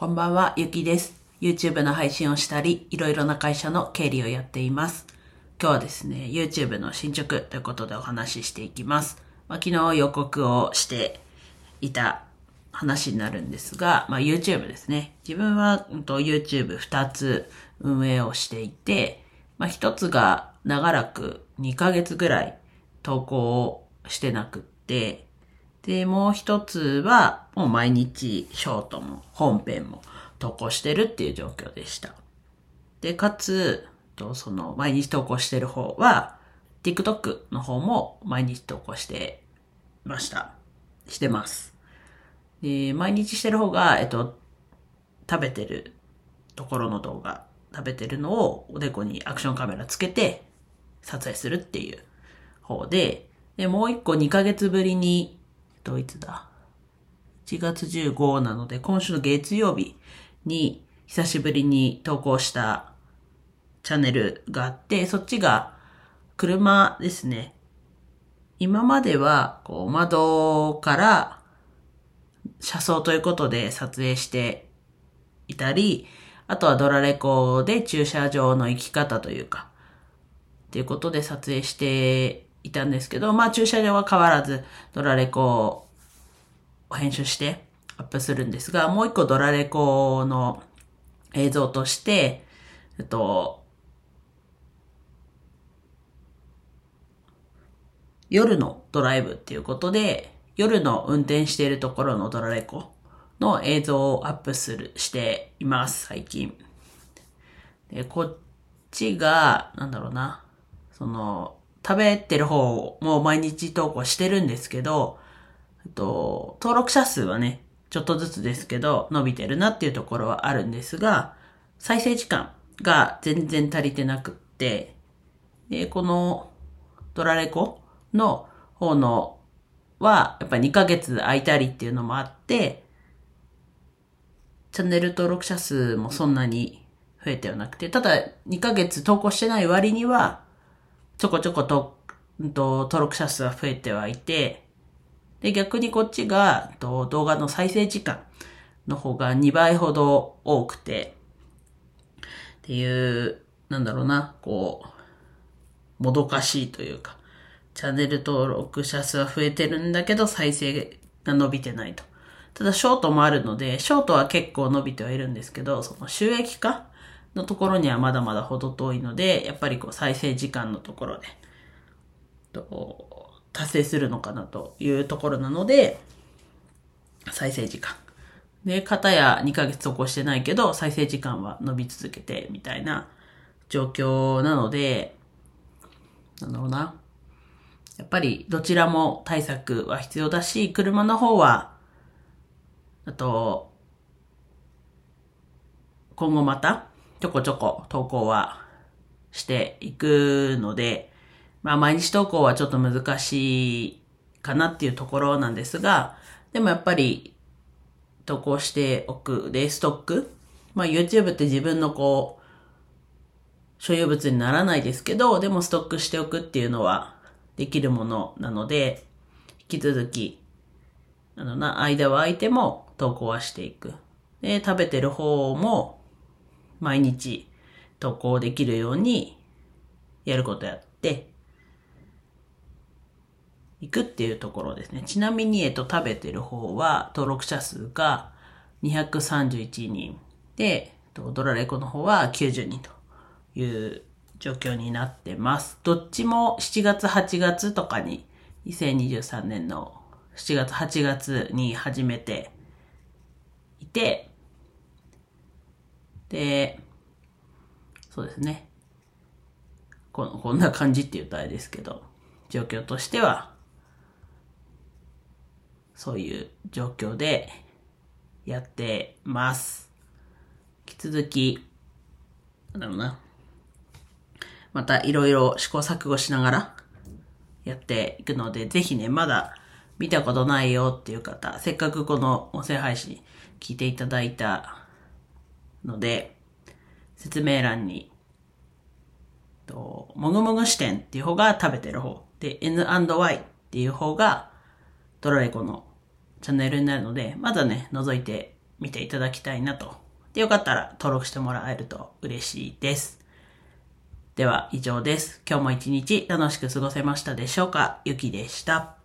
こんばんは、ゆきです。YouTube の配信をしたり、いろいろな会社の経理をやっています。今日はですね、YouTube の進捗ということでお話ししていきます。昨日予告をしていた話になるんですが、YouTube ですね。自分は、YouTube2 つ運営をしていて、1つが長らく2ヶ月ぐらい投稿をしてなくって、で、もう一つは、もう毎日ショートも本編も投稿してるっていう状況でした。で、かつ、その毎日投稿してる方は、TikTok の方も毎日投稿してました。してます。で、毎日してる方が、食べてるところの動画、食べてるのをおでこにアクションカメラつけて撮影するっていう方で、で、もう一個2ヶ月ぶりにいつだ ?1 月15なので、今週の月曜日に久しぶりに投稿したチャンネルがあって、そっちが車ですね。今までは窓から車窓ということで撮影していたり、あとはドラレコで駐車場の行き方というか、っていうことで撮影していたんですけど、駐車場は変わらずドラレコを編集してアップするんですが、もう一個ドラレコの映像として、夜のドライブっていうことで、夜の運転しているところのドラレコの映像をアップしています、最近。で、こっちが、食べてる方も毎日投稿してるんですけど、登録者数はね、ちょっとずつですけど、伸びてるなっていうところはあるんですが、再生時間が全然足りてなくって、で、このドラレコの方のは、やっぱ2ヶ月空いたりっていうのもあって、チャンネル登録者数もそんなに増えてはなくて、ただ2ヶ月投稿してない割には、ちょこちょこと登録者数は増えてはいて、で、逆にこっちが動画の再生時間の方が2倍ほど多くて、っていう、もどかしいというか、チャンネル登録者数は増えてるんだけど再生が伸びてないと。ただショートもあるので、ショートは結構伸びてはいるんですけど、その収益化のところにはまだまだ程遠いので、やっぱり再生時間のところで、達成するのかなというところなので、再生時間。で、片や2ヶ月投稿してないけど、再生時間は伸び続けて、みたいな状況なので、やっぱりどちらも対策は必要だし、車の方は、今後またちょこちょこ投稿はしていくので、毎日投稿はちょっと難しいかなっていうところなんですが、でもやっぱり投稿しておくで、ストック。YouTube って自分の所有物にならないですけど、でもストックしておくっていうのはできるものなので、引き続き、間は空いても投稿はしていく。で、食べてる方も毎日投稿できるようにやることやっていくっていうところですね。ちなみに、食べてる方は登録者数が231人で、ドラレコの方は90人という状況になってます。どっちも7月、8月とかに、2023年の7月、8月に始めていて、で、そうですね。こんな感じって言うとあれですけど、状況としては、そういう状況でやってます。引き続き、またいろいろ試行錯誤しながらやっていくので、ぜひね、まだ見たことないよっていう方、せっかくこの音声配信聞いていただいたので、説明欄に、もぐもぐ視点っていう方が食べてる方、で、N&Y っていう方がドラレコのチャンネルになるので、まだね、覗いて見ていただきたいなと。で、よかったら登録してもらえると嬉しいです。では以上です。今日も一日楽しく過ごせましたでしょうか？ゆきでした。